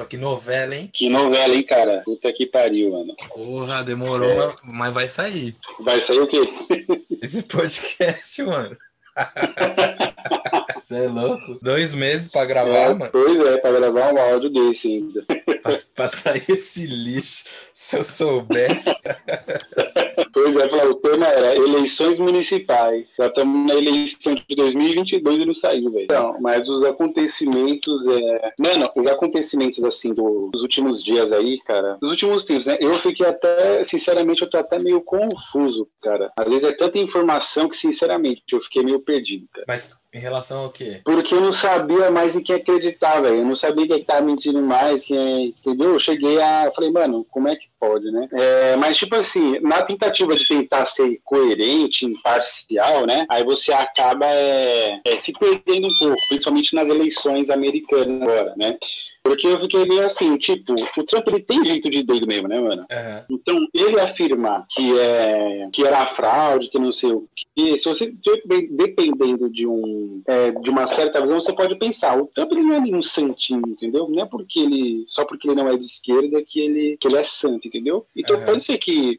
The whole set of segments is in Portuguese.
Caramba, que novela, hein? Que novela, hein, cara? Puta que pariu, mano. Porra, demorou, mas vai sair. Vai sair o quê? Esse podcast, mano. Você é louco? 2 meses pra gravar, mano? Pois é, pra gravar um áudio desse ainda. Pra sair esse lixo, se eu soubesse. Pois é, o tema era eleições municipais. Já estamos na eleição de 2022 e não saiu, velho. Então, mas os acontecimentos... Mano, os acontecimentos, assim, dos últimos dias aí, cara... Dos últimos tempos, né? Eu fiquei até... Sinceramente, eu tô até meio confuso, cara. Às vezes é tanta informação que, sinceramente, eu fiquei meio perdido, cara. Mas em relação ao quê? Porque eu não sabia mais em quem acreditar, velho. Eu não sabia quem tava mentindo mais, entendeu? Eu cheguei a... Falei, mano, como é que pode, né? Mas, tipo assim, na tentativa de tentar ser coerente, imparcial, né? Aí você acaba se perdendo um pouco, principalmente nas eleições americanas agora, né? Porque eu fiquei meio assim, tipo, o Trump ele tem jeito de doido mesmo, né, mano? Uhum. Então, ele afirmar que era fraude, que não sei o quê, se você, dependendo de uma certa visão, você pode pensar, o Trump ele não é nenhum santinho, entendeu? Não é só porque ele não é de esquerda que ele é santo, entendeu? Então, pode ser que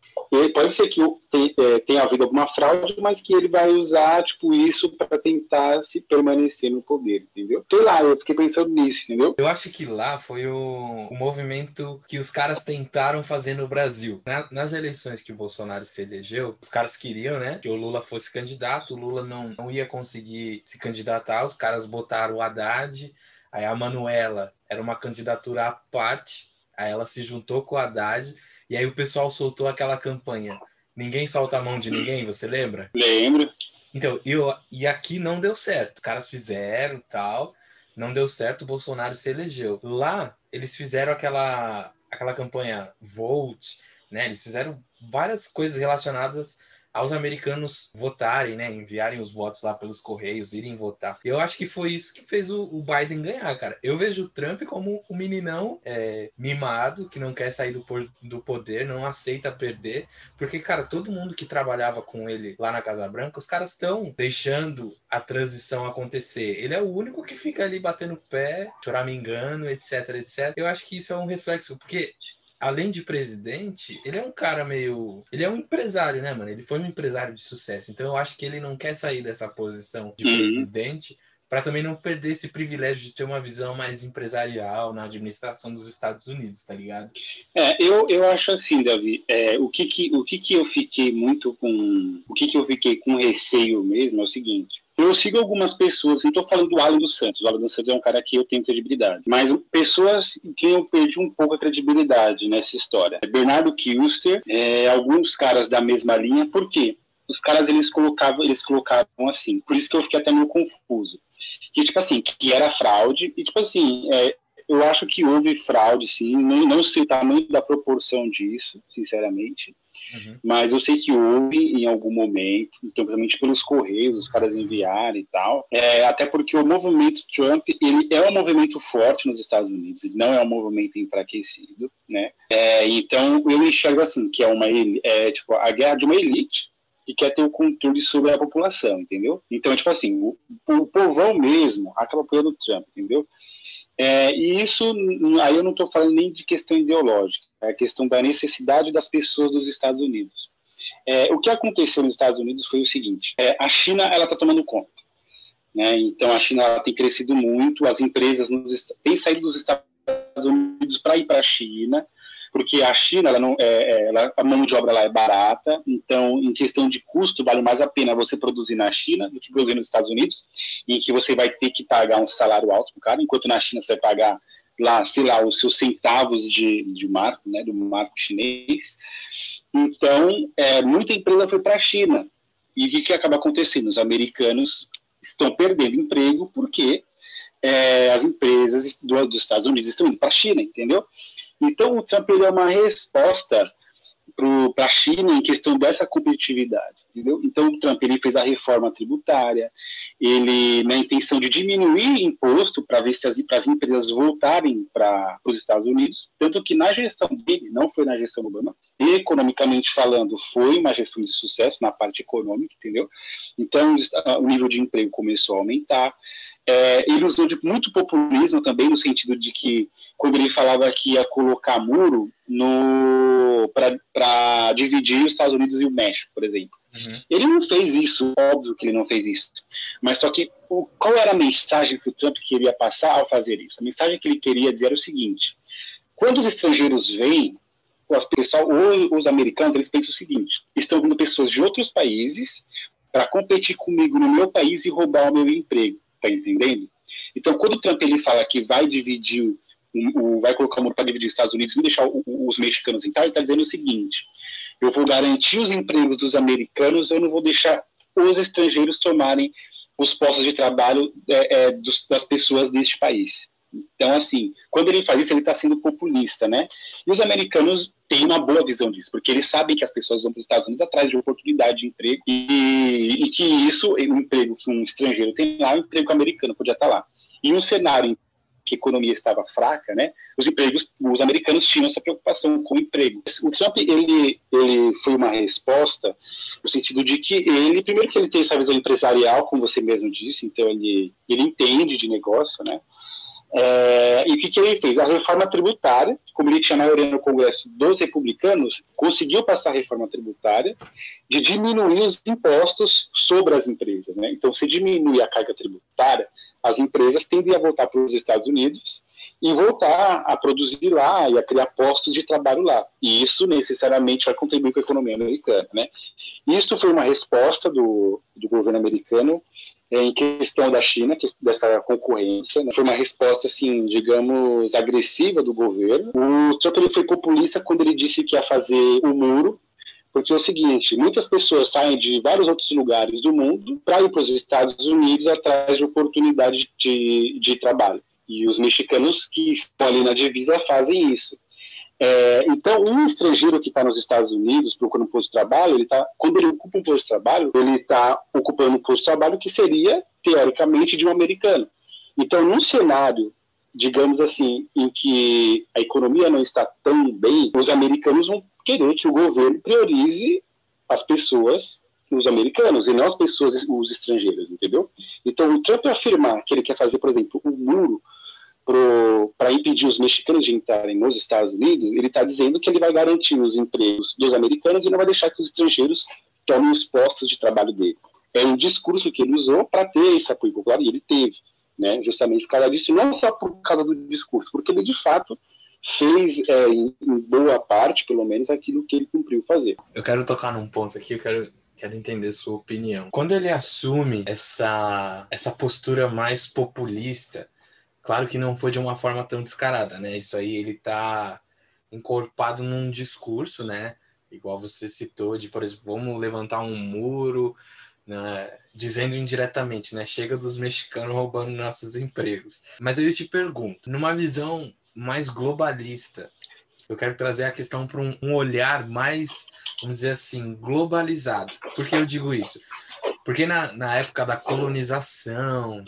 tenha havido alguma fraude, mas que ele vai usar, tipo, isso para tentar se permanecer no poder, entendeu? Sei lá, eu fiquei pensando nisso, entendeu? Eu acho que lá foi o movimento que os caras tentaram fazer no Brasil. Nas eleições que o Bolsonaro se elegeu, os caras queriam, né, que o Lula fosse candidato, o Lula não ia conseguir se candidatar, os caras botaram o Haddad, aí a Manuela era uma candidatura à parte, aí ela se juntou com o Haddad, e aí o pessoal soltou aquela campanha. Ninguém solta a mão de ninguém, você lembra? Lembro. Então, e aqui não deu certo. Os caras fizeram tal, não deu certo, o Bolsonaro se elegeu. Lá, eles fizeram aquela campanha Vote, né? Eles fizeram várias coisas relacionadas aos americanos votarem, né? Enviarem os votos lá pelos correios, irem votar. Eu acho que foi isso que fez o Biden ganhar, cara. Eu vejo o Trump como um meninão mimado, que não quer sair do poder, não aceita perder, porque, cara, todo mundo que trabalhava com ele lá na Casa Branca, os caras estão deixando a transição acontecer. Ele é o único que fica ali batendo pé, choramingando, etc, etc. Eu acho que isso é um reflexo, porque além de presidente, ele é um cara meio... Ele é um empresário, né, mano? Ele foi um empresário de sucesso. Então eu acho que ele não quer sair dessa posição de presidente para também não perder esse privilégio de ter uma visão mais empresarial na administração dos Estados Unidos, tá ligado? Eu acho assim, Davi, o que eu fiquei muito com... O que eu fiquei com receio mesmo é o seguinte. Eu sigo algumas pessoas, não estou falando do Alan dos Santos. O Alan dos Santos é um cara que eu tenho credibilidade. Mas pessoas que eu perdi um pouco a credibilidade nessa história. Bernardo Kielster, alguns caras da mesma linha. Por quê? Os caras, eles colocavam assim. Por isso que eu fiquei até meio confuso. Que, tipo assim, que era fraude. E, tipo assim, eu acho que houve fraude, sim. Não sei o tamanho da proporção disso, sinceramente. Uhum. Mas eu sei que houve em algum momento, então, principalmente pelos correios, os caras enviaram e tal. Até porque o movimento Trump, ele é um movimento forte nos Estados Unidos, ele não é um movimento enfraquecido, né? Então, eu enxergo assim, que é tipo a guerra de uma elite que quer ter o controle sobre a população, entendeu? Então, tipo assim, o povão mesmo acaba apoiando o Trump, entendeu? E isso, aí eu não estou falando nem de questão ideológica, é a questão da necessidade das pessoas dos Estados Unidos. O que aconteceu nos Estados Unidos foi o seguinte, a China está tomando conta, né? Então a China ela tem crescido muito, as empresas têm saído dos Estados Unidos para ir para a China, porque a China, a mão de obra lá é barata, então, em questão de custo, vale mais a pena você produzir na China do que produzir nos Estados Unidos, em que você vai ter que pagar um salário alto pro cara, enquanto na China você vai pagar lá, sei lá, os seus centavos de marco, né, do marco chinês. Então, muita empresa foi para a China. E o que acaba acontecendo? Os americanos estão perdendo emprego porque as empresas dos Estados Unidos estão indo para a China, entendeu? Então, o Trump é uma resposta para a China em questão dessa competitividade, entendeu? Então, o Trump ele fez a reforma tributária, ele, na intenção de diminuir imposto para ver se as empresas voltarem para os Estados Unidos, tanto que na gestão dele, não foi na gestão Obama, economicamente falando, foi uma gestão de sucesso na parte econômica, entendeu? Então, o nível de emprego começou a aumentar, Ele usou de muito populismo também, no sentido de que, quando ele falava que ia colocar muro para dividir os Estados Unidos e o México, por exemplo. Uhum. Ele não fez isso, óbvio que ele não fez isso. Mas só que qual era a mensagem que o Trump queria passar ao fazer isso? A mensagem que ele queria dizer era o seguinte: quando os estrangeiros vêm, os americanos, eles pensam o seguinte: estão vindo pessoas de outros países para competir comigo no meu país e roubar o meu emprego. Tá entendendo? Então, quando o Trump ele fala que vai dividir, vai colocar o muro para dividir os Estados Unidos e deixar os mexicanos entrar, ele está dizendo o seguinte: eu vou garantir os empregos dos americanos, eu não vou deixar os estrangeiros tomarem os postos de trabalho das pessoas deste país. Então, assim, quando ele faz isso, ele está sendo populista, né? E os americanos têm uma boa visão disso, porque eles sabem que as pessoas vão para os Estados Unidos atrás de oportunidade de emprego e que isso, o emprego que um estrangeiro tem lá, o emprego americano podia estar lá. E um cenário em que a economia estava fraca, né? Os americanos tinham essa preocupação com o emprego. O Trump, ele foi uma resposta no sentido de que primeiro que ele tem essa visão empresarial, como você mesmo disse, então ele entende de negócio, né? E o que ele fez? A reforma tributária, como ele tinha maioria no Congresso dos republicanos, conseguiu passar a reforma tributária de diminuir os impostos sobre as empresas, né? Então, se diminui a carga tributária, as empresas tendem a voltar para os Estados Unidos e voltar a produzir lá e a criar postos de trabalho lá. E isso necessariamente vai contribuir com a economia americana, né? Isso foi uma resposta do governo americano em questão da China, dessa concorrência, né? Foi uma resposta, assim, digamos, agressiva do governo. O Trump ele foi populista quando ele disse que ia fazer o muro, porque é o seguinte: muitas pessoas saem de vários outros lugares do mundo para ir para os Estados Unidos atrás de oportunidade de trabalho. E os mexicanos que estão ali na divisa fazem isso. Então, um estrangeiro que está nos Estados Unidos procurando um posto de trabalho, quando ele ocupa um posto de trabalho, ele está ocupando um posto de trabalho que seria, teoricamente, de um americano. Então, num cenário, digamos assim, em que a economia não está tão bem, os americanos vão querer que o governo priorize as pessoas, os americanos, e não as pessoas, os estrangeiros, entendeu? Então, o Trump afirmar que ele quer fazer, por exemplo, um muro para impedir os mexicanos de entrarem nos Estados Unidos, ele está dizendo que ele vai garantir os empregos dos americanos e não vai deixar que os estrangeiros tomem os postos de trabalho dele. É um discurso que ele usou para ter esse apoio popular, e ele teve, né, justamente por causa disso, não só por causa do discurso, porque ele, de fato, fez, em boa parte, pelo menos, aquilo que ele cumpriu fazer. Eu quero tocar num ponto aqui, quero entender sua opinião. Quando ele assume essa postura mais populista, claro que não foi de uma forma tão descarada, né? Isso aí ele tá encorpado num discurso, né? Igual você citou, de, por exemplo, vamos levantar um muro, né? Dizendo indiretamente, né? Chega dos mexicanos roubando nossos empregos. Mas aí eu te pergunto, numa visão mais globalista, eu quero trazer a questão para um olhar mais, vamos dizer assim, globalizado. Por que eu digo isso? Porque na época da colonização,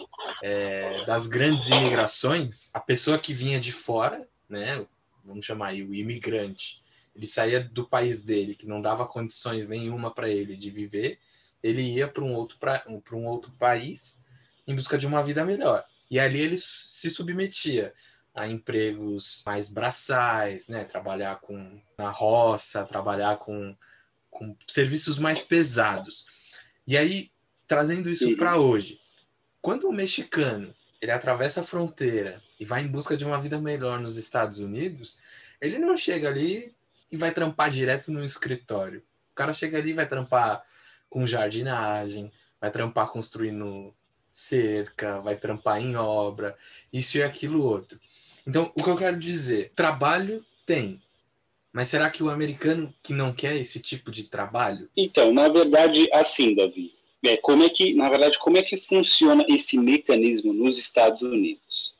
das grandes imigrações, a pessoa que vinha de fora, né, vamos chamar aí o imigrante, ele saía do país dele, que não dava condições nenhuma para ele de viver, ele ia para um outro país em busca de uma vida melhor. E ali ele se submetia a empregos mais braçais, né, trabalhar na roça, trabalhar com serviços mais pesados. E aí, trazendo isso para hoje, quando o mexicano ele atravessa a fronteira e vai em busca de uma vida melhor nos Estados Unidos, ele não chega ali e vai trampar direto no escritório. O cara chega ali e vai trampar com jardinagem, vai trampar construindo cerca, vai trampar em obra, isso e aquilo outro. Então, o que eu quero dizer, trabalho tem, mas será que o americano que não quer esse tipo de trabalho? Então, na verdade, assim, Davi, como é que funciona esse mecanismo nos Estados Unidos?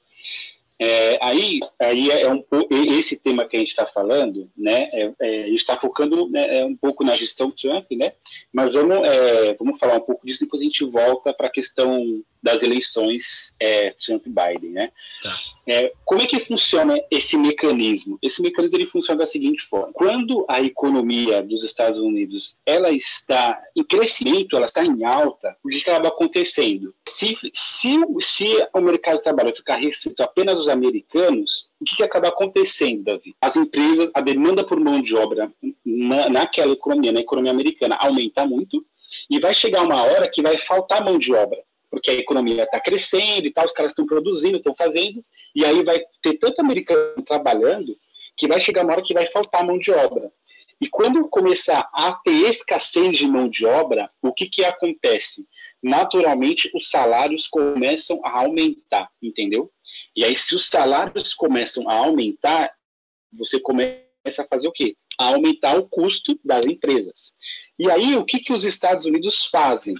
Aí esse tema que a gente está falando, né? A gente está focando, né, um pouco na gestão Trump, né? Mas vamos falar um pouco disso, depois a gente volta para a questão das eleições Trump-Biden, né? Tá. Como é que funciona esse mecanismo? Esse mecanismo ele funciona da seguinte forma: quando a economia dos Estados Unidos ela está em crescimento, ela está em alta, o que acaba acontecendo? Se o mercado de trabalho ficar restrito apenas aos americanos, o que acaba acontecendo, Davi? As empresas, a demanda por mão de obra naquela economia, na economia americana, aumenta muito, e vai chegar uma hora que vai faltar mão de obra, porque a economia está crescendo e tal, os caras estão produzindo, estão fazendo, e aí vai ter tanto americano trabalhando que vai chegar uma hora que vai faltar mão de obra. E quando começar a ter escassez de mão de obra, o que acontece? Naturalmente, os salários começam a aumentar, entendeu? E aí, se os salários começam a aumentar, você começa a fazer o quê? A aumentar o custo das empresas. E aí, o que os Estados Unidos fazem?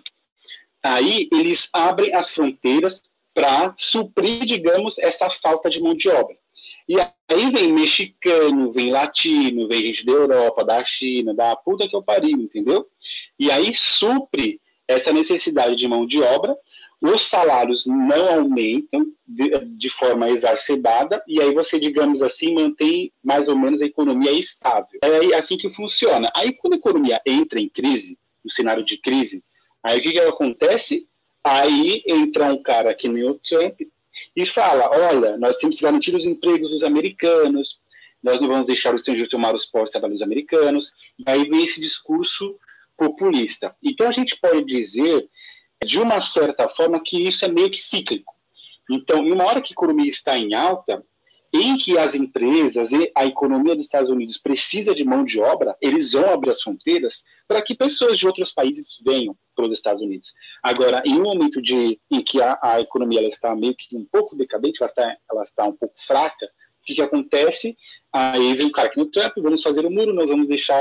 Aí eles abrem as fronteiras para suprir, digamos, essa falta de mão de obra. E aí vem mexicano, vem latino, vem gente da Europa, da China, da puta que eu pariu, entendeu? E aí supre essa necessidade de mão de obra, os salários não aumentam de forma exacerbada, e aí você, digamos assim, mantém mais ou menos a economia estável. É assim que funciona. Aí quando a economia entra em crise, no cenário de crise, aí o que acontece? Aí entra um cara que nem o Trump e fala: olha, nós temos que garantir os empregos dos americanos, nós não vamos deixar os estrangeiros tomar os postos de trabalho dos americanos. E aí vem esse discurso populista. Então a gente pode dizer, de uma certa forma, que isso é meio que cíclico. Então, em uma hora que a economia está em alta, em que as empresas e a economia dos Estados Unidos precisa de mão de obra, eles vão abrir as fronteiras para que pessoas de outros países venham para os Estados Unidos. Agora, em um momento em que a economia ela está meio que um pouco decadente, ela está um pouco fraca, o que acontece? Aí vem um cara que no Trump, vamos fazer o muro, nós vamos deixar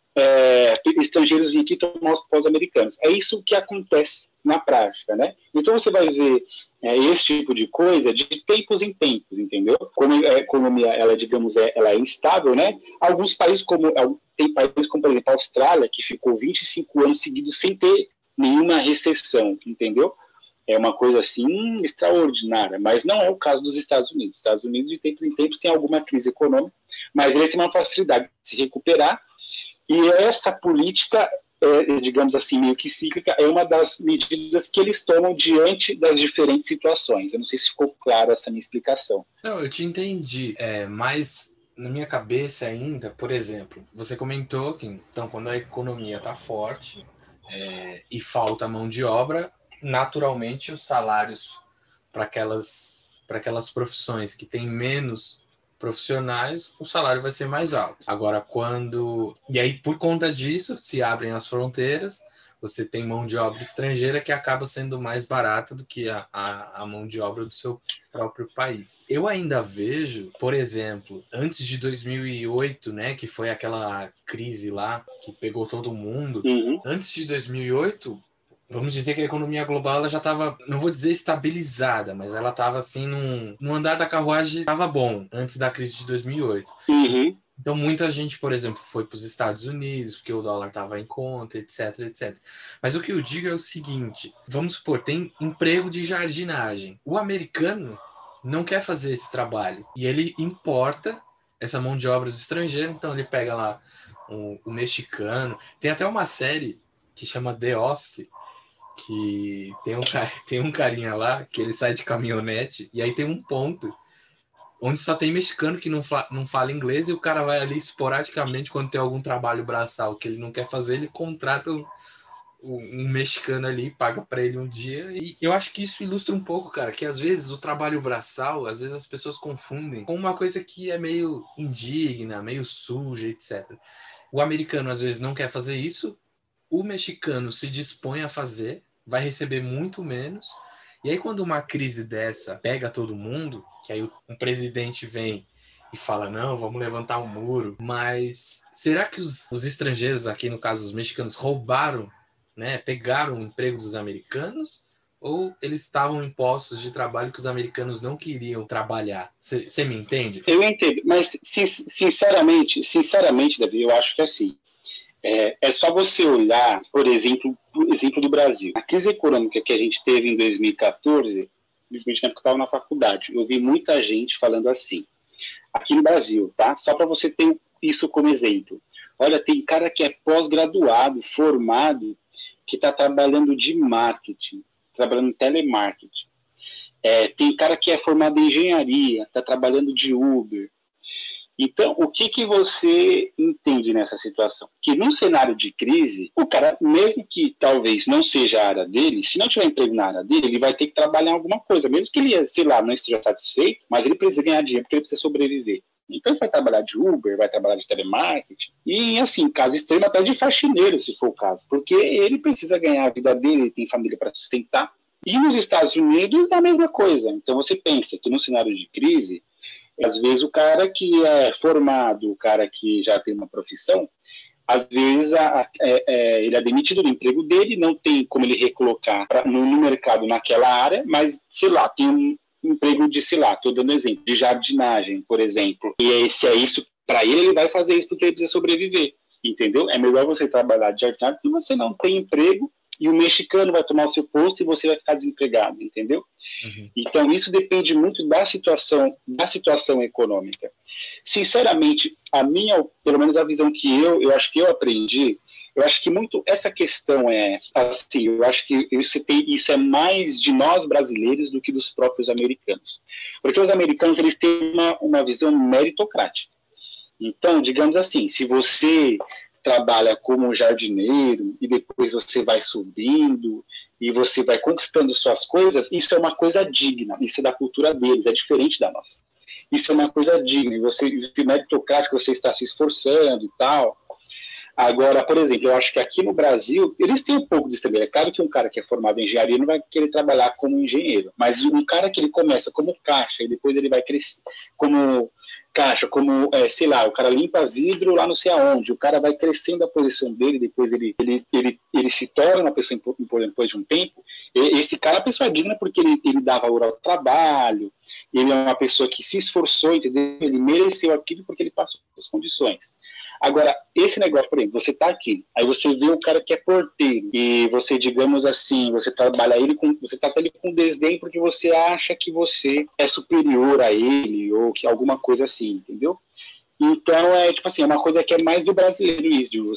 estrangeiros virem aqui tomar os povos americanos. É isso que acontece na prática, né? Então você vai ver esse tipo de coisa de tempos em tempos, entendeu? Como a economia, ela, digamos, ela é instável, né? Alguns países, tem países como, por exemplo, a Austrália, que ficou 25 anos seguidos sem ter nenhuma recessão, entendeu? É uma coisa, assim, extraordinária, mas não é o caso dos Estados Unidos. Os Estados Unidos, de tempos em tempos, tem alguma crise econômica, mas eles têm uma facilidade de se recuperar, e essa política, digamos assim, meio que cíclica, é uma das medidas que eles tomam diante das diferentes situações. Eu não sei se ficou clara essa minha explicação. Não, eu te entendi, mas na minha cabeça ainda, por exemplo, você comentou que, então, quando a economia está forte e falta mão de obra, naturalmente os salários para aquelas profissões que têm menos profissionais, o salário vai ser mais alto. Agora, e aí, por conta disso, se abrem as fronteiras, você tem mão de obra estrangeira que acaba sendo mais barata do que a mão de obra do seu próprio país. Eu ainda vejo, por exemplo, antes de 2008, né, que foi aquela crise lá que pegou todo mundo, antes de 2008, vamos dizer que a economia global ela já estava, não vou dizer estabilizada, mas ela estava assim, no andar da carruagem estava bom, antes da crise de 2008. Então muita gente, por exemplo, foi para os Estados Unidos, porque o dólar estava em conta, etc, etc. Mas o que eu digo é o seguinte, vamos supor, tem emprego de jardinagem. O americano não quer fazer esse trabalho, e ele importa essa mão de obra do estrangeiro, então ele pega lá o mexicano. Tem até uma série que chama The Office, que tem um carinha lá que ele sai de caminhonete e aí tem um ponto onde só tem mexicano que não fala inglês, e o cara vai ali esporadicamente quando tem algum trabalho braçal que ele não quer fazer, ele contrata um mexicano ali, paga para ele um dia. E eu acho que isso ilustra um pouco, cara, que às vezes o trabalho braçal, às vezes as pessoas confundem com uma coisa que é meio indigna, meio suja, etc. O americano às vezes não quer fazer isso, o mexicano se dispõe a fazer, vai receber muito menos, e aí quando uma crise dessa pega todo mundo, que aí um presidente vem e fala, não, vamos levantar um muro, mas será que os estrangeiros, aqui no caso os mexicanos, roubaram, né, pegaram o emprego dos americanos, ou eles estavam em postos de trabalho que os americanos não queriam trabalhar? Você me entende? Eu entendo, mas sinceramente, Davi, eu acho que assim, É só você olhar, por exemplo, o exemplo do Brasil. A crise econômica que a gente teve em 2014, principalmente na época que eu estava na faculdade, eu vi muita gente falando assim, aqui no Brasil, tá? Só para você ter isso como exemplo. Olha, tem cara que é pós-graduado, formado, que está trabalhando de marketing, trabalhando em telemarketing. Tem cara que é formado em engenharia, está trabalhando de Uber. Então, o que você entende nessa situação? Que num cenário de crise, o cara, mesmo que talvez não seja a área dele, se não tiver emprego na área dele, ele vai ter que trabalhar em alguma coisa. Mesmo que ele, sei lá, não esteja satisfeito, mas ele precisa ganhar dinheiro porque ele precisa sobreviver. Então, ele vai trabalhar de Uber, vai trabalhar de telemarketing, e assim, caso extremo, até de faxineiro, se for o caso. Porque ele precisa ganhar a vida dele, ele tem família para sustentar. E nos Estados Unidos, é a mesma coisa. Então, você pensa que no cenário de crise, às vezes o cara que é formado, o cara que já tem uma profissão, às vezes ele é demitido do emprego dele, não tem como ele recolocar no mercado naquela área, mas, sei lá, tem um emprego de, sei lá, estou dando exemplo, de jardinagem, por exemplo. E se é isso, para ele vai fazer isso porque ele precisa sobreviver, entendeu? É melhor você trabalhar de jardinagem porque você não tem emprego e o mexicano vai tomar o seu posto e você vai ficar desempregado, entendeu? Uhum. Então, isso depende muito da situação econômica. Sinceramente, pelo menos a visão que eu acho que eu aprendi, eu acho que muito essa questão assim, eu acho que isso é mais de nós brasileiros do que dos próprios americanos. Porque os americanos, eles têm uma visão meritocrática. Então, digamos assim, se você trabalha como jardineiro e depois você vai subindo e você vai conquistando suas coisas, isso é uma coisa digna, isso é da cultura deles, é diferente da nossa. Isso é uma coisa digna, e você, meritocrático, você está se esforçando e tal. Agora, por exemplo, eu acho que aqui no Brasil, eles têm um pouco disso também. É claro que um cara que é formado em engenharia não vai querer trabalhar como engenheiro, mas um cara que ele começa como caixa e depois ele vai crescer como caixa, como, sei lá, o cara limpa vidro lá não sei aonde, o cara vai crescendo a posição dele, depois ele se torna uma pessoa importante depois de um tempo. Esse cara é uma pessoa digna porque ele dá valor ao trabalho, ele é uma pessoa que se esforçou, entendeu? Ele mereceu aquilo porque ele passou as condições. Agora, esse negócio, por exemplo, você está aqui, aí você vê o cara que é porteiro, e você, digamos assim, você trabalha você trata ele com desdém porque você acha que você é superior a ele, ou que alguma coisa assim, entendeu? Então, tipo assim, é uma coisa que é mais do brasileiro isso, de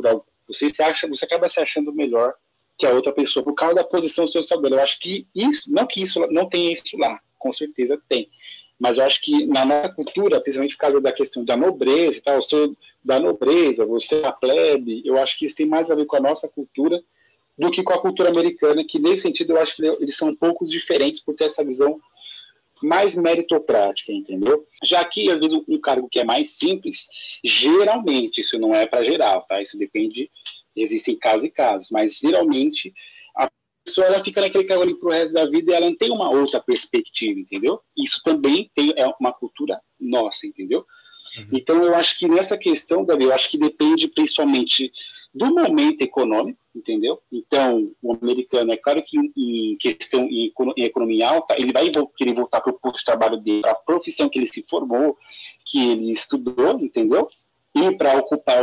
você acaba se achando melhor que a outra pessoa por causa da posição social dela. Eu acho que isso não tem isso lá, com certeza tem. Mas eu acho que na nossa cultura, principalmente por causa da questão da nobreza e tal, eu sou da nobreza, você é a plebe, eu acho que isso tem mais a ver com a nossa cultura do que com a cultura americana, que nesse sentido eu acho que eles são um pouco diferentes por ter essa visão mais meritocrática, entendeu? Já que, às vezes, um cargo que é mais simples, geralmente, isso não é para geral, tá? Isso depende, existem casos e casos, mas geralmente a pessoa ela fica naquele cargo ali pro resto da vida e ela não tem uma outra perspectiva, entendeu? Isso também é uma cultura nossa, entendeu? Uhum. Então, eu acho que nessa questão, Davi, eu acho que depende principalmente do momento econômico, entendeu? Então, o americano, é claro que em questão em economia alta, ele vai querer voltar para o posto de trabalho dele, para a profissão que ele se formou, que ele estudou, entendeu? E para ocupar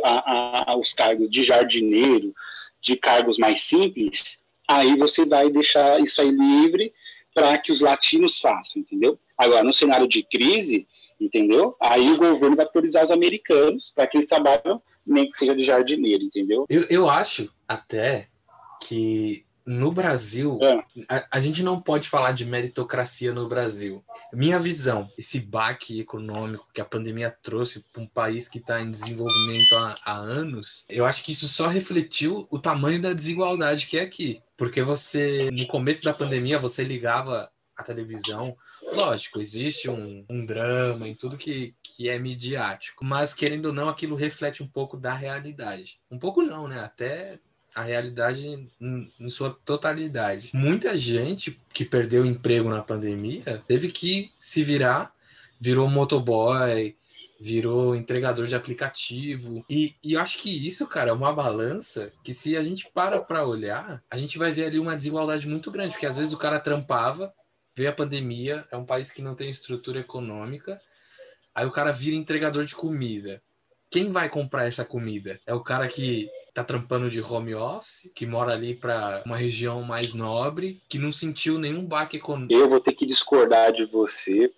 os cargos de jardineiro, de cargos mais simples, aí você vai deixar isso aí livre para que os latinos façam, entendeu? Agora, no cenário de crise, entendeu? Aí o governo vai priorizar os americanos para que eles trabalhem nem que seja de jardineiro, entendeu? Eu acho até que no Brasil, a gente não pode falar de meritocracia no Brasil. Minha visão, esse baque econômico que a pandemia trouxe para um país que está em desenvolvimento há anos, eu acho que isso só refletiu o tamanho da desigualdade que é aqui. Porque no começo da pandemia, você ligava a televisão, lógico, existe um drama em tudo que é midiático, mas querendo ou não, aquilo reflete um pouco da realidade. Um pouco não, né? Até a realidade em sua totalidade. Muita gente que perdeu o emprego na pandemia teve que se virar, virou motoboy, virou entregador de aplicativo. E eu acho que isso, cara, é uma balança que se a gente para olhar, a gente vai ver ali uma desigualdade muito grande, porque às vezes o cara trampava, veio a pandemia, é um país que não tem estrutura econômica, aí o cara vira entregador de comida. quem vai comprar essa comida? É o cara que tá trampando de home office, que mora ali para uma região mais nobre, que não sentiu nenhum baque econômico. Eu vou ter que discordar de você.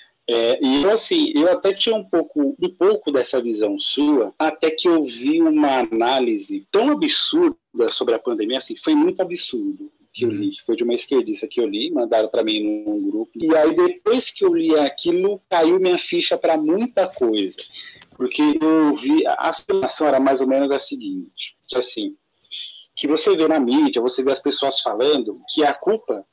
E assim, eu até tinha um pouco dessa visão sua, até que eu vi uma análise tão absurda sobre a pandemia, assim, foi muito absurdo que eu li, foi de uma esquerdista que eu li, mandaram para mim num grupo, e aí depois que eu li aquilo, caiu minha ficha para muita coisa, porque eu vi, a afirmação era mais ou menos a seguinte, que assim, que você vê na mídia, você vê as pessoas falando que a culpa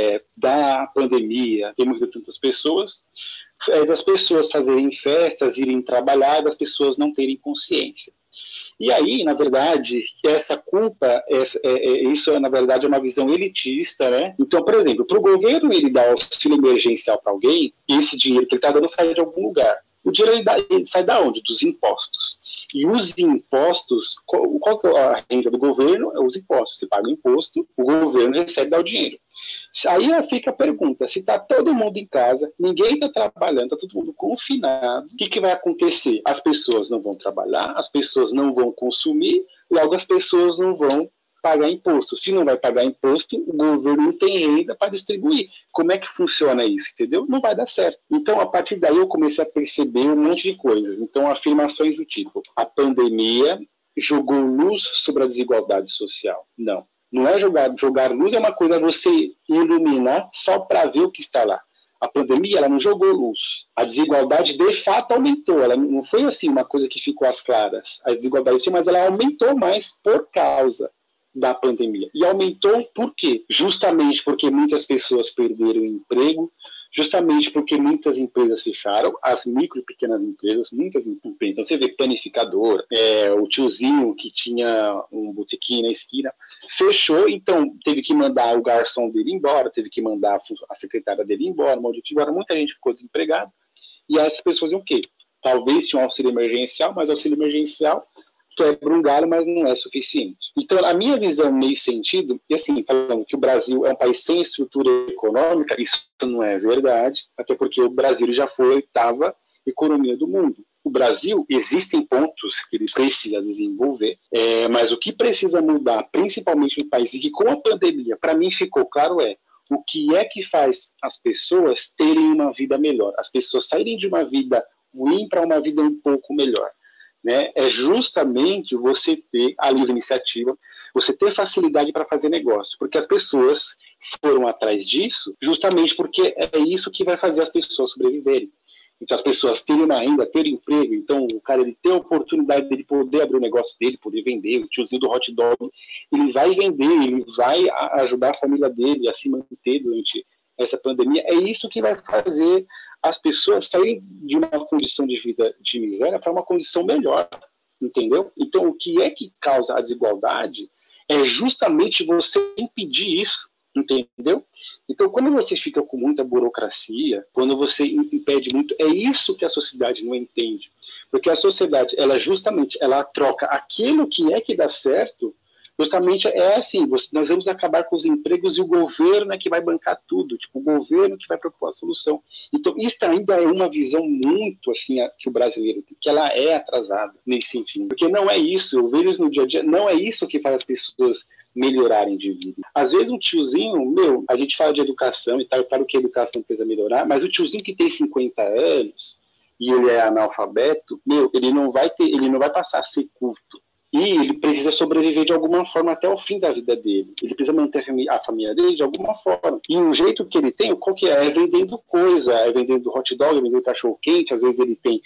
da pandemia, tem morrido tantas pessoas, das pessoas fazerem festas, irem trabalhar, das pessoas não terem consciência. E aí, na verdade, essa culpa, isso na verdade é uma visão elitista, né? Então, por exemplo, para o governo ele dar auxílio emergencial para alguém, esse dinheiro que ele está dando sai de algum lugar. O dinheiro ele sai da onde? Dos impostos. E os impostos, qual que é a renda do governo? É os impostos. Você paga o imposto, o governo recebe, dá o dinheiro. Aí fica a pergunta, se está todo mundo em casa, ninguém está trabalhando, está todo mundo confinado, o que vai acontecer? As pessoas não vão trabalhar, as pessoas não vão consumir, logo as pessoas não vão pagar imposto. Se não vai pagar imposto, o governo não tem renda para distribuir. Como é que funciona isso, entendeu? Não vai dar certo. Então, a partir daí, eu comecei a perceber um monte de coisas. Então, afirmações do tipo, a pandemia jogou luz sobre a desigualdade social. Não. Não é jogar luz, é uma coisa você iluminar só para ver o que está lá. A pandemia ela não jogou luz. A desigualdade de fato aumentou. Ela não foi assim uma coisa que ficou às claras. A desigualdade sim, mas ela aumentou mais por causa da pandemia. E aumentou por quê? Justamente porque muitas pessoas perderam o emprego, justamente porque muitas empresas fecharam, as micro e pequenas empresas, muitas empresas. Então você vê panificador, o tiozinho que tinha um botequim na esquina, fechou, então teve que mandar o garçom dele embora, teve que mandar a secretária dele embora, agora muita gente ficou desempregada, e essas pessoas iam o quê? Talvez tinham um auxílio emergencial, mas auxílio emergencial quebra um galho, mas não é suficiente. Então, a minha visão nesse sentido, e assim, falando que o Brasil é um país sem estrutura econômica, isso não é verdade, até porque o Brasil já foi a oitava economia do mundo. O Brasil, existem pontos que ele precisa desenvolver, mas o que precisa mudar, principalmente no país, e que com a pandemia, para mim ficou claro o que é que faz as pessoas terem uma vida melhor, as pessoas saírem de uma vida ruim para uma vida um pouco melhor. Né, é justamente você ter a livre iniciativa, você ter facilidade para fazer negócio, porque as pessoas foram atrás disso justamente porque é isso que vai fazer as pessoas sobreviverem. Então, as pessoas terem uma renda, terem emprego, então o cara ele ter a oportunidade de poder abrir o negócio dele, poder vender, o tiozinho do hot dog, ele vai vender, ele vai ajudar a família dele a se manter durante essa pandemia, é isso que vai fazer as pessoas saírem de uma condição de vida de miséria para uma condição melhor, entendeu? Então, o que é que causa a desigualdade é justamente você impedir isso, entendeu? Então, quando você fica com muita burocracia, quando você impede muito, é isso que a sociedade não entende. Porque a sociedade, ela troca aquilo que é que dá certo. Justamente assim, nós vamos acabar com os empregos e o governo é que vai bancar tudo, tipo, o governo que vai propor a solução. Então, isso ainda é uma visão muito, assim, que o brasileiro tem, que ela é atrasada nesse sentido. Porque não é isso, eu vejo isso no dia a dia, não é isso que faz as pessoas melhorarem de vida. Às vezes um tiozinho, a gente fala de educação e tal, claro que a educação precisa melhorar, mas o tiozinho que tem 50 anos e ele é analfabeto, ele não vai passar a ser culto. E ele precisa sobreviver de alguma forma até o fim da vida dele. Ele precisa manter a família dele de alguma forma. E o jeito que ele tem, qual que é? É vendendo coisa, é vendendo hot dog, é vendendo cachorro quente, às vezes ele tem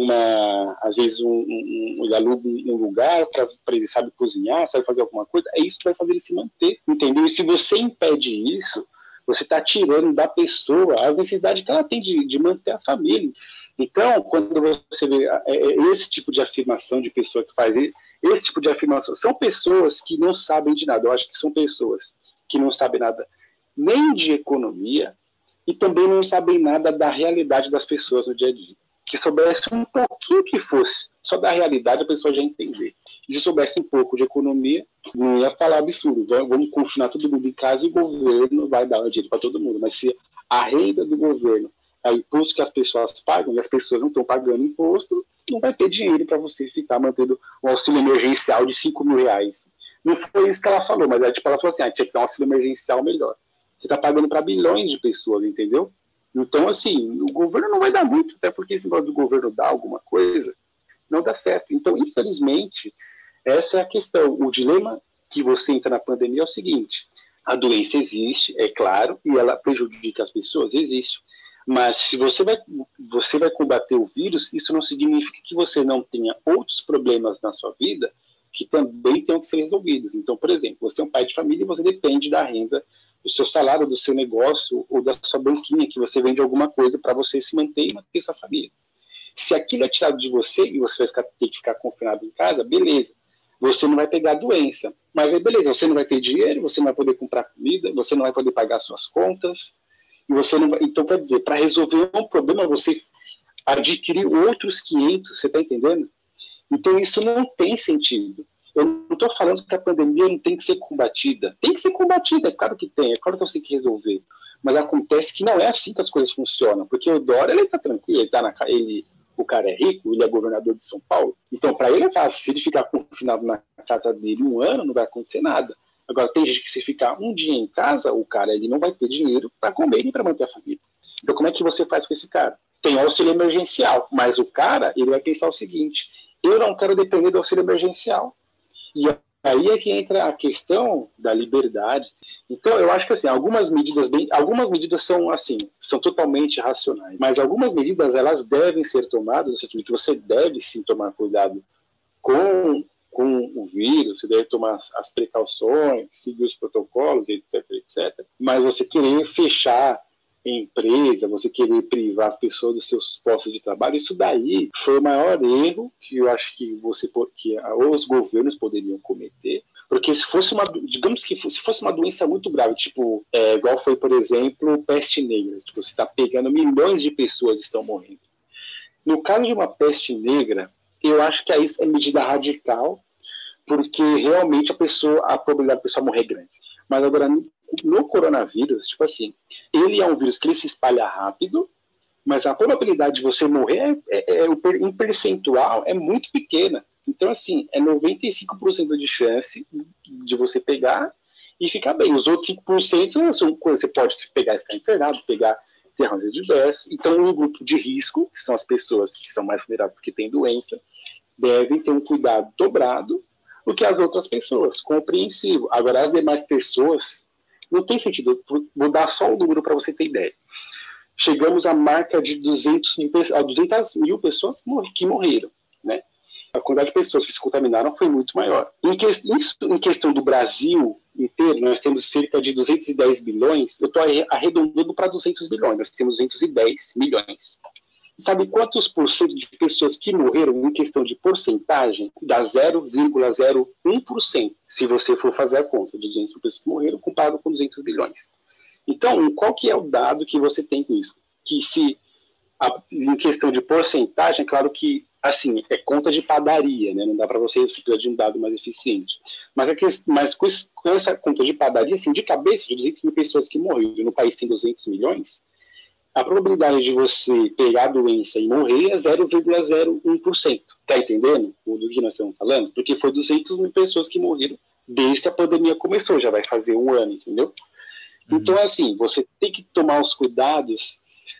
ele aluga um lugar para ele sabe cozinhar, sabe fazer alguma coisa, é isso que vai fazer ele se manter, entendeu? E se você impede isso, você está tirando da pessoa a necessidade que ela tem de manter a família. Então, quando você vê esse tipo de afirmação de pessoa que faz esse tipo de afirmação, são pessoas que não sabem de nada. Eu acho que são pessoas que não sabem nada nem de economia e também não sabem nada da realidade das pessoas no dia a dia. Que soubesse um pouquinho que fosse, só da realidade a pessoa já entender. E se soubesse um pouco de economia, não ia falar absurdo. Vamos confinar todo mundo em casa e o governo vai dar o dinheiro para todo mundo. Mas se a renda do governo é o imposto que as pessoas pagam e as pessoas não estão pagando imposto, não vai ter dinheiro para você ficar mantendo um auxílio emergencial de R$ 5.000. Não foi isso que ela falou, mas tipo, ela falou assim, tinha que dar um auxílio emergencial melhor. Você está pagando para bilhões de pessoas, entendeu? Então, assim, o governo não vai dar muito, até porque esse negócio do governo dar alguma coisa não dá certo. Então, infelizmente, essa é a questão. O dilema que você entra na pandemia é o seguinte: a doença existe, é claro, e ela prejudica as pessoas, existe. Mas se você vai combater o vírus, isso não significa que você não tenha outros problemas na sua vida que também tenham que ser resolvidos. Então, por exemplo, você é um pai de família e você depende da renda, do seu salário, do seu negócio ou da sua banquinha, que você vende alguma coisa para você se manter e manter sua família. Se aquilo é tirado de você e você vai ter que ficar confinado em casa, beleza. Você não vai pegar a doença. Mas aí, beleza, você não vai ter dinheiro, você não vai poder comprar comida, você não vai poder pagar suas contas. E você não vai... Então, quer dizer, para resolver um problema, você adquirir outros 500, você está entendendo? Então, isso não tem sentido. Eu não estou falando que a pandemia não tem que ser combatida. Tem que ser combatida, é claro que tem, é claro que você tem que resolver. Mas acontece que não é assim que as coisas funcionam, porque o Dória, ele está tranquilo, o cara é rico, ele é governador de São Paulo, então para ele é fácil. Se ele ficar confinado na casa dele 1 ano, não vai acontecer nada. Agora, tem gente que se ficar um dia em casa, o cara ele não vai ter dinheiro para comer e para manter a família. Então, como é que você faz com esse cara? Tem auxílio emergencial, mas o cara ele vai pensar o seguinte: eu não quero depender do auxílio emergencial. E aí é que entra a questão da liberdade. Então, eu acho que assim, algumas medidas são assim, são totalmente racionais, mas algumas medidas elas devem ser tomadas no sentido que você deve sim tomar cuidado com o vírus, você deve tomar as precauções, seguir os protocolos, etc, etc. Mas você querer fechar empresa, você querer privar as pessoas dos seus postos de trabalho, isso daí foi o maior erro que eu acho que os governos poderiam cometer, porque se fosse digamos que se fosse uma doença muito grave, tipo, igual foi, por exemplo, peste negra, tipo, você está pegando milhões de pessoas que estão morrendo. No caso de uma peste negra, eu acho que aí é medida radical, porque realmente a probabilidade da pessoa morrer é grande. Mas agora, no coronavírus, tipo assim, ele é um vírus que ele se espalha rápido, mas a probabilidade de você morrer em percentual é muito pequena. Então, assim, é 95% de chance de você pegar e ficar bem. Os outros 5% são coisas que você pode pegar e ficar internado, ter razões diversas. Então, um grupo de risco, que são as pessoas que são mais vulneráveis porque têm doença, devem ter um cuidado dobrado do que as outras pessoas, compreensível. Agora, as demais pessoas, não tem sentido. Vou dar só um número para você ter ideia. Chegamos à marca de 200 mil pessoas que morreram, né? A quantidade de pessoas que se contaminaram foi muito maior. Em questão do Brasil inteiro, nós temos cerca de 210 bilhões, eu estou arredondando para 200 bilhões, nós temos 210 milhões. Sabe quantos por cento de pessoas que morreram em questão de porcentagem? Dá 0,01%, se você for fazer a conta de 200 pessoas que morreram comparado com 200 bilhões. Então, qual que é o dado que você tem com isso? Que em questão de porcentagem, é claro que assim, é conta de padaria, né? Não dá para você precisar de um dado mais eficiente. Mas com essa conta de padaria, assim, de cabeça, de 200 mil pessoas que morreram, no país tem 200 milhões, a probabilidade de você pegar a doença e morrer é 0,01%. Tá entendendo do que nós estamos falando? Porque foi 200 mil pessoas que morreram desde que a pandemia começou, já vai fazer 1 ano, entendeu? Então, assim, você tem que tomar os cuidados,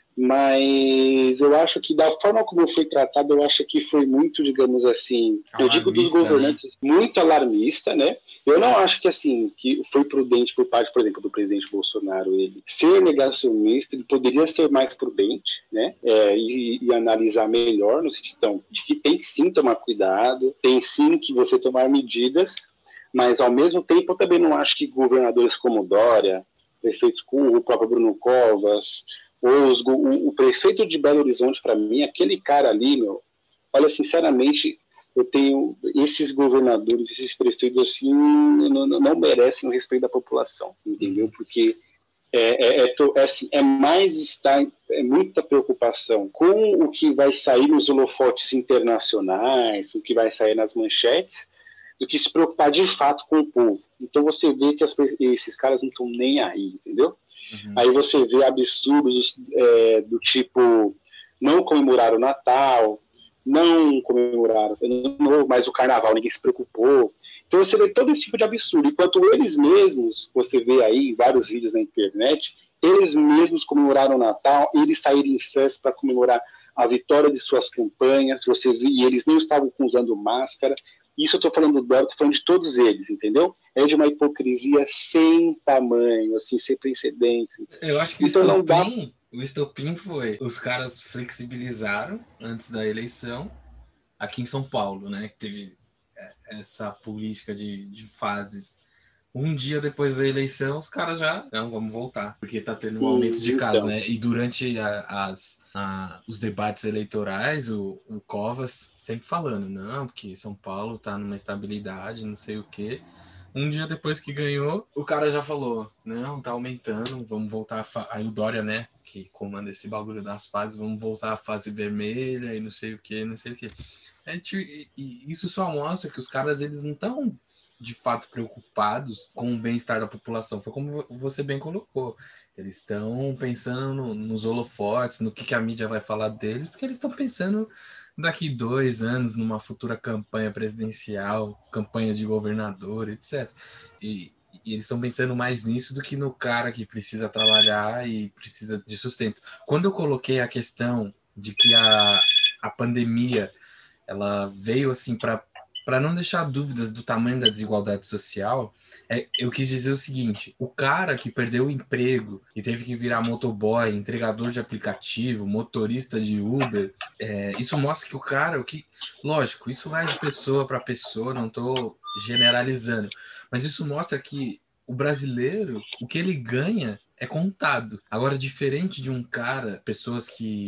mas eu acho que da forma como foi tratado, eu acho que foi muito, digamos assim, alarmista, eu digo dos governantes, né? Muito alarmista, né? Eu não acho que, assim, que foi prudente por parte, por exemplo, do presidente Bolsonaro, ele ser negacionista, ele poderia ser mais prudente, né? E analisar melhor, no sentido então, de que tem que sim tomar cuidado, tem sim que você tomar medidas, mas ao mesmo tempo eu também não acho que governadores como Dória, prefeitos como o próprio Bruno Covas, o prefeito de Belo Horizonte, para mim, aquele cara ali, olha, sinceramente, eu tenho esses governadores, esses prefeitos, assim, não merecem o respeito da população, entendeu? Porque assim, é muita preocupação com o que vai sair nos holofotes internacionais, o que vai sair nas manchetes, do que se preocupar de fato com o povo. Então você vê que esses caras não estão nem aí, entendeu? Aí você vê absurdos do tipo não comemorar o Natal, não comemoraram, mas o carnaval ninguém se preocupou. Então você vê todo esse tipo de absurdo. Enquanto eles mesmos, você vê aí vários vídeos na internet, eles mesmos comemoraram o Natal, eles saíram em festa para comemorar a vitória de suas campanhas, você vê, e eles não estavam usando máscara. Isso eu estou falando do Dória, estou falando de todos eles, entendeu? É de uma hipocrisia sem tamanho, assim, sem precedentes. Eu acho que então não dá. o estopim foi os caras flexibilizaram antes da eleição aqui em São Paulo, né? Que teve essa política de fases. Um dia depois da eleição, os caras já, não, vamos voltar, porque tá tendo um aumento de casos, Então, né? E durante os debates eleitorais, o Covas sempre falando, não, porque São Paulo tá numa estabilidade, não sei o quê. Um dia depois que ganhou, o cara já falou, não, tá aumentando, vamos voltar aí o Dória, né, que comanda esse bagulho das fases, vamos voltar à fase vermelha e não sei o que, não sei o que. E isso só mostra que os caras, eles não estão de fato preocupados com o bem-estar da população. Foi como você bem colocou. Eles estão pensando nos holofotes, no que a mídia vai falar deles, porque eles estão pensando daqui 2 anos numa futura campanha presidencial, campanha de governador, etc. E eles estão pensando mais nisso do que no cara que precisa trabalhar e precisa de sustento. Quando eu coloquei a questão de que a pandemia ela veio assim para não deixar dúvidas do tamanho da desigualdade social, eu quis dizer o seguinte: o cara que perdeu o emprego e teve que virar motoboy, entregador de aplicativo, motorista de Uber, isso mostra que o cara, lógico, isso vai de pessoa para pessoa, não estou generalizando, mas isso mostra que o brasileiro, o que ele ganha é contado. Agora, diferente de um cara, pessoas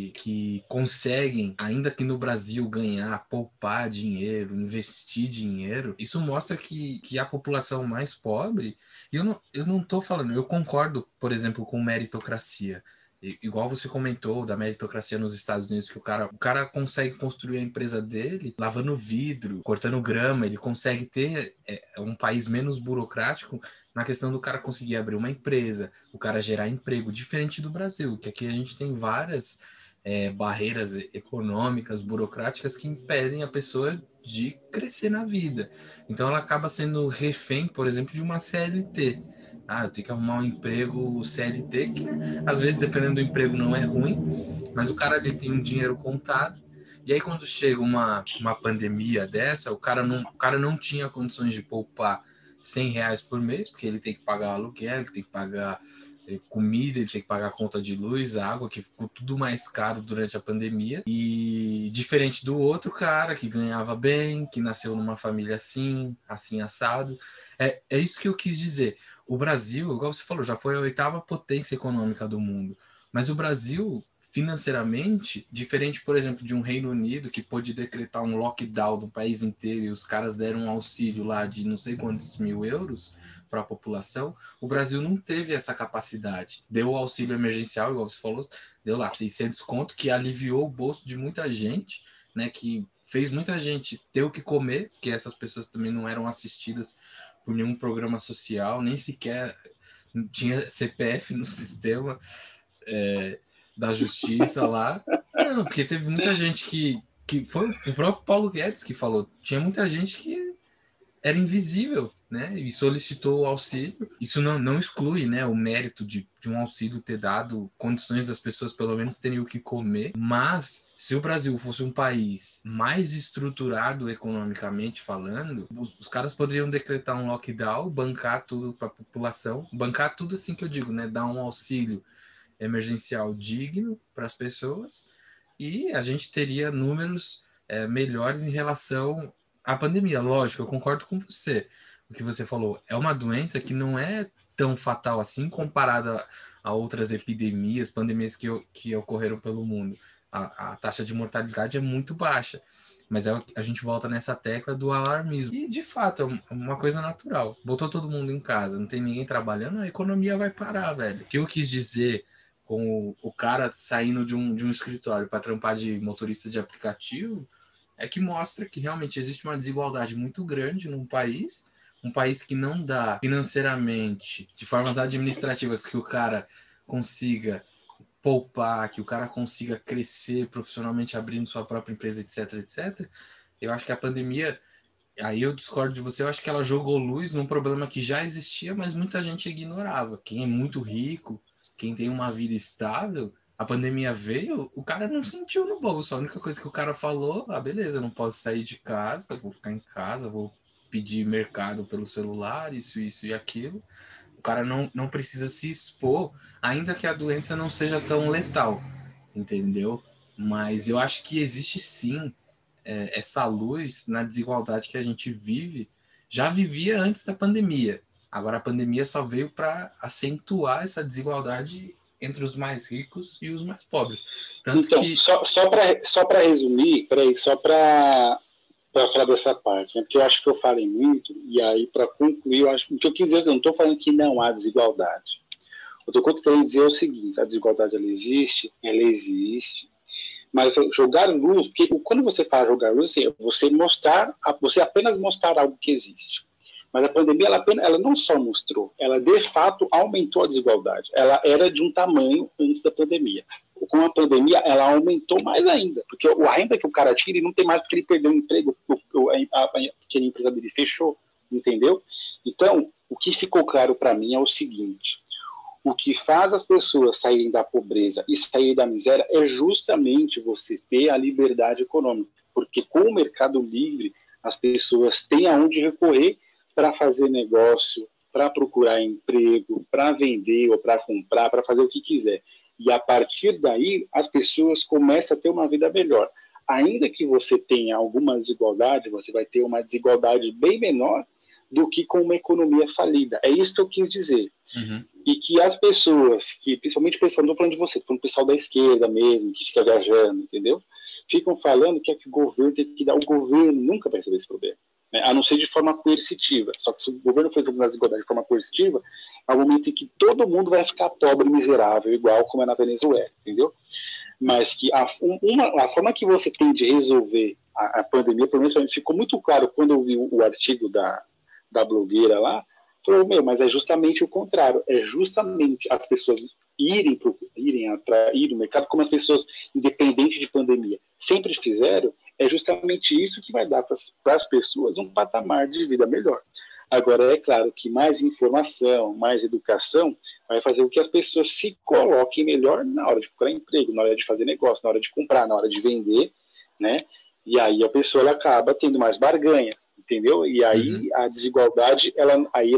que conseguem, ainda que no Brasil, ganhar, poupar dinheiro, investir dinheiro, isso mostra que a população mais pobre, e eu não tô falando, eu concordo, por exemplo, com meritocracia. Igual você comentou da meritocracia nos Estados Unidos, que o cara consegue construir a empresa dele lavando vidro, cortando grama, ele consegue ter um país menos burocrático na questão do cara conseguir abrir uma empresa, o cara gerar emprego, diferente do Brasil, que aqui a gente tem várias barreiras econômicas, burocráticas que impedem a pessoa de crescer na vida. Então ela acaba sendo refém, por exemplo, de uma CLT. Ah, eu tenho que arrumar um emprego CLT, que às vezes, dependendo do emprego, não é ruim, mas o cara ali tem um dinheiro contado. E aí, quando chega uma pandemia dessa, o cara não tinha condições de poupar R$ 100 por mês, porque ele tem que pagar aluguel, ele tem que pagar comida, ele tem que pagar conta de luz, água, que ficou tudo mais caro durante a pandemia. E diferente do outro cara que ganhava bem, que nasceu numa família assim, assim assado. É isso que eu quis dizer. O Brasil, igual você falou, já foi a 8ª potência econômica do mundo. Mas o Brasil, financeiramente, diferente, por exemplo, de um Reino Unido que pôde decretar um lockdown do país inteiro e os caras deram um auxílio lá de não sei quantos mil euros para a população, o Brasil não teve essa capacidade. Deu o auxílio emergencial, igual você falou, deu lá 600 conto, que aliviou o bolso de muita gente, né, que fez muita gente ter o que comer, porque essas pessoas também não eram assistidas por nenhum programa social, nem sequer tinha CPF no sistema da justiça lá. Não, porque teve muita gente que foi o próprio Paulo Guedes que falou, tinha muita gente que era invisível, né? E solicitou o auxílio. Isso não exclui, né, o mérito de um auxílio ter dado condições das pessoas pelo menos terem o que comer. Mas se o Brasil fosse um país mais estruturado economicamente falando, os caras poderiam decretar um lockdown, bancar tudo para a população, bancar tudo assim que eu digo, né? Dar um auxílio emergencial digno para as pessoas e a gente teria números melhores em relação à pandemia. Lógico, eu concordo com você. O que você falou é uma doença que não é tão fatal assim comparada a outras epidemias, pandemias que ocorreram pelo mundo. A taxa de mortalidade é muito baixa. Mas a gente volta nessa tecla do alarmismo. E, de fato, é uma coisa natural. Botou todo mundo em casa, não tem ninguém trabalhando, a economia vai parar, velho. O que eu quis dizer com o cara saindo de um escritório para trampar de motorista de aplicativo, é que mostra que realmente existe uma desigualdade muito grande num país, um país que não dá financeiramente, de formas administrativas, que o cara consiga poupar, que o cara consiga crescer profissionalmente abrindo sua própria empresa, etc, etc, eu acho que a pandemia, aí eu discordo de você, eu acho que ela jogou luz num problema que já existia, mas muita gente ignorava. Quem é muito rico, quem tem uma vida estável, a pandemia veio, o cara não sentiu no bolso. A única coisa que o cara falou, beleza, eu não posso sair de casa, vou ficar em casa, vou pedir mercado pelo celular, isso e aquilo. O cara não precisa se expor, ainda que a doença não seja tão letal, entendeu? Mas eu acho que existe sim essa luz na desigualdade que a gente vive, já vivia antes da pandemia. Agora a pandemia só veio para acentuar essa desigualdade entre os mais ricos e os mais pobres. Tanto Então, que. só para resumir, peraí, só para falar dessa parte, né? Porque eu acho que eu falei muito, e aí para concluir, eu acho que o que eu quis dizer, eu não estou falando que não há desigualdade. O que eu estou querendo dizer é o seguinte: a desigualdade ela existe, mas jogar luz, porque quando você fala jogar luz, assim, você apenas mostrar algo que existe. Mas a pandemia, ela não só mostrou, ela de fato aumentou a desigualdade. Ela era de um tamanho antes da pandemia. Com a pandemia, ela aumentou mais ainda, porque a renda que o cara tira, ele não tem mais porque ele perdeu o emprego, porque a empresa dele fechou, entendeu? Então, o que ficou claro para mim é o seguinte: o que faz as pessoas saírem da pobreza e saírem da miséria é justamente você ter a liberdade econômica, porque com o mercado livre, as pessoas têm aonde recorrer para fazer negócio, para procurar emprego, para vender ou para comprar, para fazer o que quiser. E a partir daí, as pessoas começam a ter uma vida melhor. Ainda que você tenha alguma desigualdade, você vai ter uma desigualdade bem menor do que com uma economia falida. É isso que eu quis dizer. Uhum. E que as pessoas, que principalmente o pessoal, não estou falando de você, estou falando do pessoal da esquerda mesmo, que fica viajando, entendeu? Ficam falando que é que o governo tem que dar. O governo nunca vai resolver esse problema, né? A não ser de forma coercitiva. Só que se o governo for resolver a desigualdade de forma coercitiva, é o momento em que todo mundo vai ficar pobre e miserável, igual como é na Venezuela, entendeu? Mas que a forma que você tem de resolver a pandemia, pelo menos para mim, ficou muito claro quando eu vi o artigo da blogueira lá. Falou, mas é justamente o contrário, é justamente as pessoas irem no mercado, como as pessoas, independente de pandemia, sempre fizeram, é justamente isso que vai dar para as pessoas um patamar de vida melhor. Agora, é claro que mais informação, mais educação, vai fazer com que as pessoas se coloquem melhor na hora de procurar emprego, na hora de fazer negócio, na hora de comprar, na hora de vender, né? E aí a pessoa ela acaba tendo mais barganha, entendeu? E aí a desigualdade, ela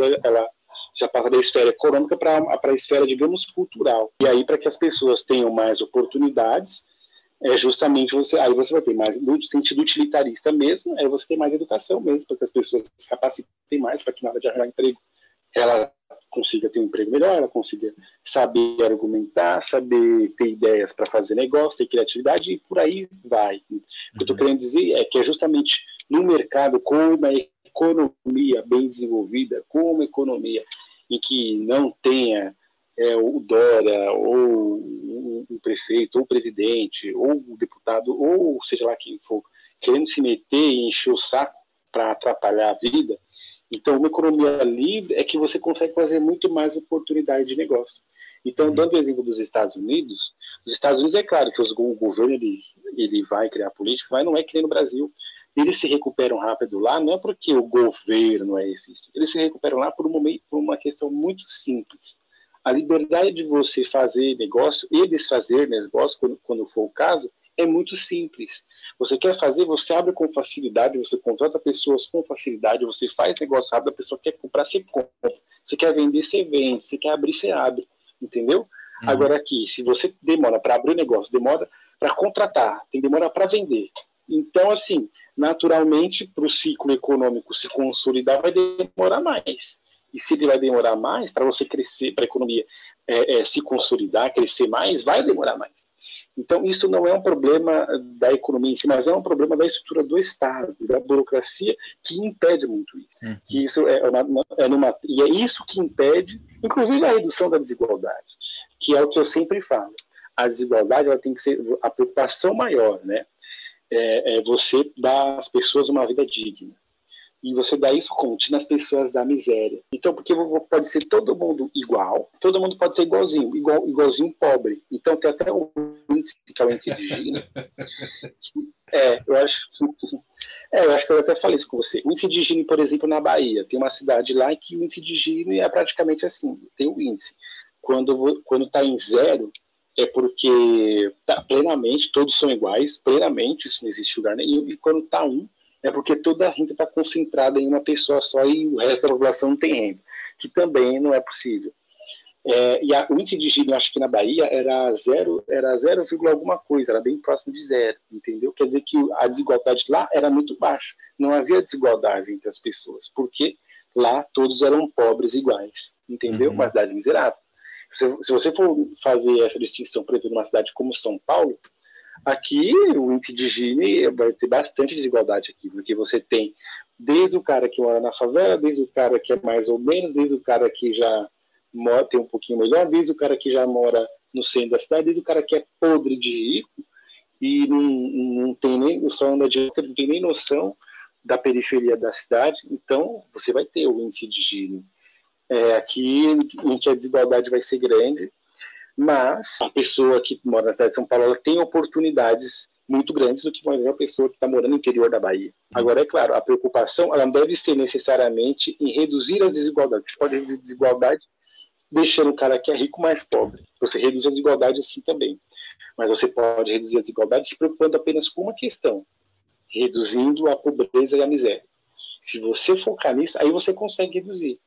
já passa da esfera econômica para a esfera, digamos, cultural. E aí, para que as pessoas tenham mais oportunidades, é justamente aí você vai ter mais, no sentido utilitarista mesmo, aí você tem mais educação mesmo, para que as pessoas se capacitem mais, para que na hora de arranjar emprego, ela consiga ter um emprego melhor, ela consiga saber argumentar, saber ter ideias para fazer negócio, ter criatividade, e por aí vai. O que eu estou querendo dizer é que é justamente no mercado, com uma economia bem desenvolvida, com uma economia em que não tenha o Dória, ou o prefeito, ou o presidente, ou o deputado, ou seja lá quem for, querendo se meter e encher o saco para atrapalhar a vida. Então, uma economia livre é que você consegue fazer muito mais oportunidade de negócio. Então, dando o exemplo dos Estados Unidos é claro que o governo ele vai criar política, mas não é que nem no Brasil. Eles se recuperam rápido lá, não é porque o governo é eficiente, eles se recuperam lá por uma questão muito simples. A liberdade de você fazer negócio e desfazer negócio, quando for o caso, é muito simples. Você quer fazer, você abre com facilidade, você contrata pessoas com facilidade, você faz negócio rápido, a pessoa quer comprar, você compra. Você quer vender, você vende. Você quer abrir, você abre. Entendeu? Agora aqui, se você demora para abrir o negócio, demora para contratar, demora para vender. Então, assim, naturalmente, para o ciclo econômico se consolidar, vai demorar mais. E se ele vai demorar mais, para você crescer, para a economia se consolidar, crescer mais, vai demorar mais. Então, isso não é um problema da economia em si, mas é um problema da estrutura do Estado, da burocracia, que impede muito isso. Que isso e é isso que impede, inclusive, a redução da desigualdade, que é o que eu sempre falo. A desigualdade ela tem que ser a preocupação maior, né? É você dar às pessoas uma vida digna. E você dá isso como? Tira as pessoas da miséria. Então, porque pode ser todo mundo igual, todo mundo pode ser igualzinho, igualzinho pobre. Então, tem até um índice, que é o índice de Gini. Eu acho que eu até falei isso com você. O índice de Gini, por exemplo, na Bahia, tem uma cidade lá em que o índice de Gini é praticamente assim, tem o índice. Quando está em zero, é porque plenamente, todos são iguais, plenamente, isso não existe lugar nenhum, e quando está é porque toda a renda está concentrada em uma pessoa só e o resto da população não tem renda, que também não é possível. O índice de Gini, acho que na Bahia, era 0, alguma coisa, era bem próximo de zero, entendeu? Quer dizer que a desigualdade lá era muito baixa, não havia desigualdade entre as pessoas, porque lá todos eram pobres iguais, entendeu? Uma cidade miserável. Se você for fazer essa distinção, por exemplo, numa cidade como São Paulo, aqui o índice de Gini vai ter bastante desigualdade aqui, porque você tem desde o cara que mora na favela, desde o cara que é mais ou menos, desde o cara que já tem um pouquinho melhor, desde o cara que já mora no centro da cidade, desde o cara que é podre de rico e não tem nem, só anda de outra, não tem nem noção da periferia da cidade. Então você vai ter o índice de Gini. Aqui em que a desigualdade vai ser grande, mas a pessoa que mora na cidade de São Paulo ela tem oportunidades muito grandes do que uma pessoa que está morando no interior da Bahia. Agora, é claro, a preocupação ela não deve ser necessariamente em reduzir as desigualdades. Você pode reduzir a desigualdade deixando o cara que é rico mais pobre. Você reduz a desigualdade assim também. Mas você pode reduzir a desigualdade se preocupando apenas com uma questão, reduzindo a pobreza e a miséria. Se você focar nisso, aí você consegue reduzir.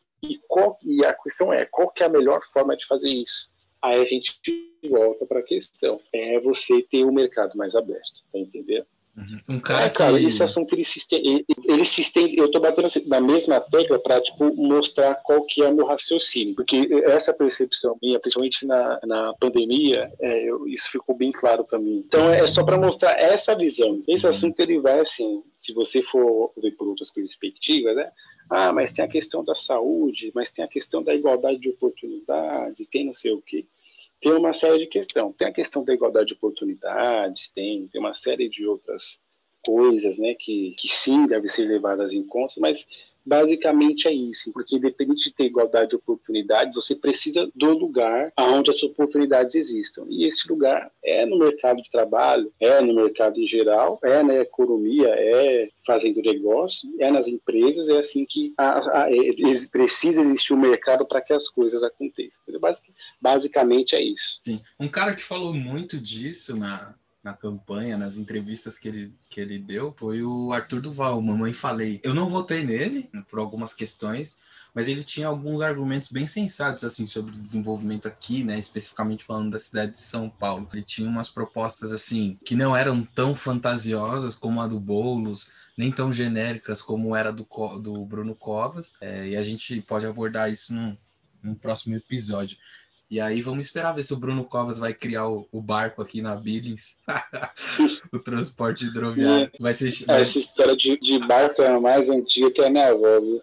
E a questão é, qual que é a melhor forma de fazer isso? Aí a gente volta para a questão. É você ter o mercado mais aberto, tá entendendo? Um cara cara, esse assunto ele se estende, eu estou batendo na mesma tecla para mostrar qual que é o meu raciocínio, porque essa percepção minha, principalmente na pandemia, isso ficou bem claro para mim. Então é só para mostrar essa visão. Esse assunto ele vai assim, se você for ver por outras perspectivas, né? Mas tem a questão da saúde, mas tem a questão da igualdade de oportunidades, tem não sei o quê. Tem uma série de questões. Tem a questão da igualdade de oportunidades, tem uma série de outras coisas, né, que sim, devem ser levadas em conta, mas basicamente é isso, porque independente de ter igualdade de oportunidades, você precisa do lugar onde as oportunidades existam. E esse lugar é no mercado de trabalho, é no mercado em geral, é na economia, é fazendo negócio, é nas empresas, é assim que precisa existir um mercado para que as coisas aconteçam. Basicamente é isso. Sim. Um cara que falou muito disso na campanha, nas entrevistas que ele deu, foi o Arthur Duval, Mamãe Falei. Eu não votei nele, por algumas questões, mas ele tinha alguns argumentos bem sensatos, assim, sobre o desenvolvimento aqui, né, especificamente falando da cidade de São Paulo. Ele tinha umas propostas, assim, que não eram tão fantasiosas como a do Boulos, nem tão genéricas como era do Bruno Covas, e a gente pode abordar isso num próximo episódio. E aí vamos esperar ver se o Bruno Covas vai criar o barco aqui na Billings. O transporte hidroviário. Essa história de barco é a mais antiga que a minha avó, viu?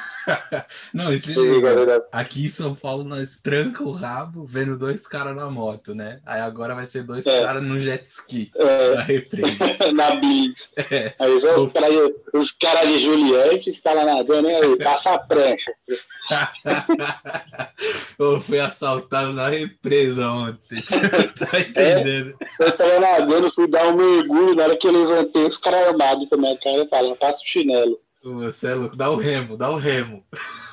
Não, esse liga. Aqui em São Paulo nós tranca o rabo vendo 2 caras na moto, né? Aí agora vai ser 2 caras no jet ski na represa. Na Billings. Aí só os caras de Juliette estão lá nadando, né? Aí, passa a prancha. Eu fui assaltado na represa ontem. Você tá entendendo? Eu tava nadando, fui dar um mergulho, na hora que eu levantei, os caras armados pra minha cara e falaram, passa o chinelo. Você é louco, dá o remo. Dá o remo.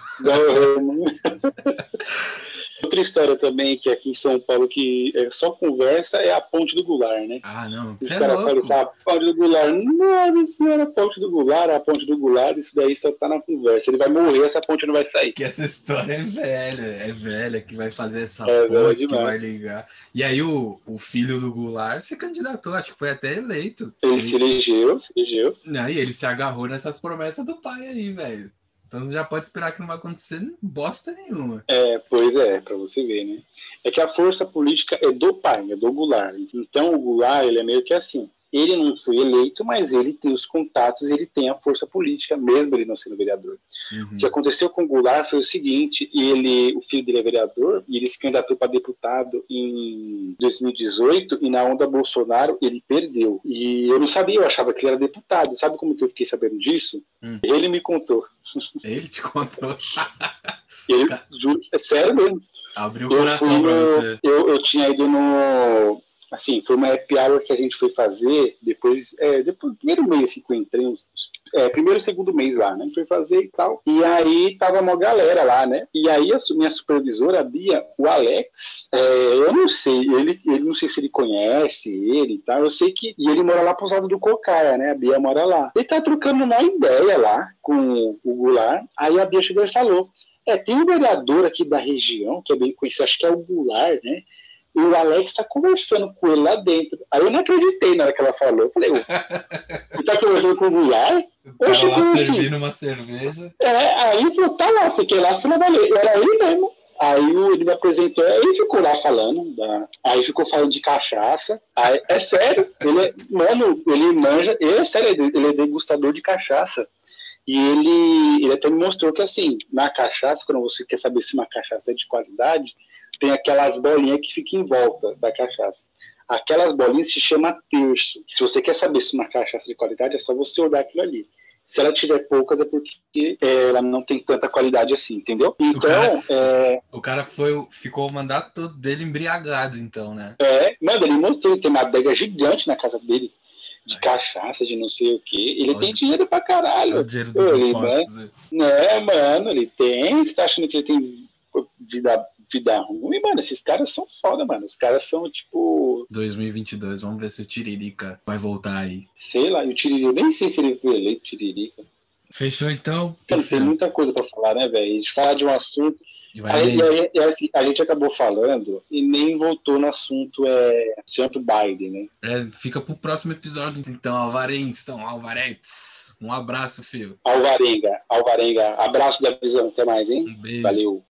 Outra história também, que aqui em São Paulo, que só conversa, é a Ponte do Goulart, né? Não. Os caras falam assim, a Ponte do Goulart. Não, senhora, a Ponte do Goulart, isso daí só tá na conversa. Ele vai morrer, essa ponte não vai sair. Que essa história é velha, que vai fazer essa ponte, que vai ligar. E aí o filho do Goulart se candidatou, acho que foi até eleito. Ele se elegeu. Não, e ele se agarrou nessas promessas do pai aí, velho. Então você já pode esperar que não vai acontecer bosta nenhuma. Pois é, pra você ver, né? É que a força política é do pai, é do Goulart. Então o Goulart, ele é meio que assim. Ele não foi eleito, mas ele tem os contatos, ele tem a força política, mesmo ele não sendo vereador. Uhum. O que aconteceu com o Goulart foi o seguinte, o filho dele é vereador, e ele se candidatou para deputado em 2018, e na onda Bolsonaro ele perdeu. E eu não sabia, eu achava que ele era deputado. Sabe como que eu fiquei sabendo disso? Ele me contou. Ele te contou? Juro, é sério mesmo. Abriu o coração pra você. Eu tinha ido no... Assim, foi uma happy hour que a gente foi fazer depois primeiro mês assim, que eu entrei, primeiro e segundo mês lá, né? Foi fazer e tal. E aí tava uma galera lá, né? E aí a minha supervisora, a Bia, o Alex, eu não sei, ele não sei se ele conhece ele e tal. Eu sei que. E ele mora lá pro lado do Cocaia, né? A Bia mora lá. Ele tá trocando uma ideia lá com o Goulart. Aí a Bia chegou e falou: tem um vereador aqui da região, que é bem conhecido, acho que é o Goulart, né? E o Alex tá conversando com ele lá dentro. Aí eu não acreditei na hora que ela falou. Eu falei, ele tá conversando com o Goulart? O cara lá servindo assim uma cerveja. Aí ele falou, tá lá, você quer lá, você não vai ler. Era ele mesmo. Aí ele me apresentou, ele ficou lá falando, aí ficou falando de cachaça. Aí, é sério, ele manja, é sério, ele é degustador de cachaça. E ele até me mostrou que, assim, na cachaça, quando você quer saber se uma cachaça é de qualidade, tem aquelas bolinhas que ficam em volta da cachaça. Aquelas bolinhas se chama terço. Se você quer saber se uma cachaça é de qualidade, é só você olhar aquilo ali. Se ela tiver poucas, é porque ela não tem tanta qualidade assim, entendeu? Então, o cara ficou o mandato todo dele embriagado, então, né? Mano, ele mostrou, ele tem uma adega gigante na casa dele, de cachaça, de não sei o quê. Ele tem dinheiro pra caralho. O dinheiro dos impostos. Né, mano, ele tem. Você tá achando que ele tem vida ruim, mano? Esses caras são foda, mano. Os caras são, tipo... 2022, vamos ver se o Tiririca vai voltar aí. Sei lá, e o Tiririca, eu nem sei se ele foi eleito, Tiririca. Fechou, então? Mano, tem muita coisa pra falar, né, velho? A gente fala de um assunto... Assim, a gente acabou falando e nem voltou no assunto Trump Biden, né? Fica pro próximo episódio, então, Alvarense. Um abraço, filho. Alvarenga. Abraço da visão. Até mais, hein? Um beijo. Valeu.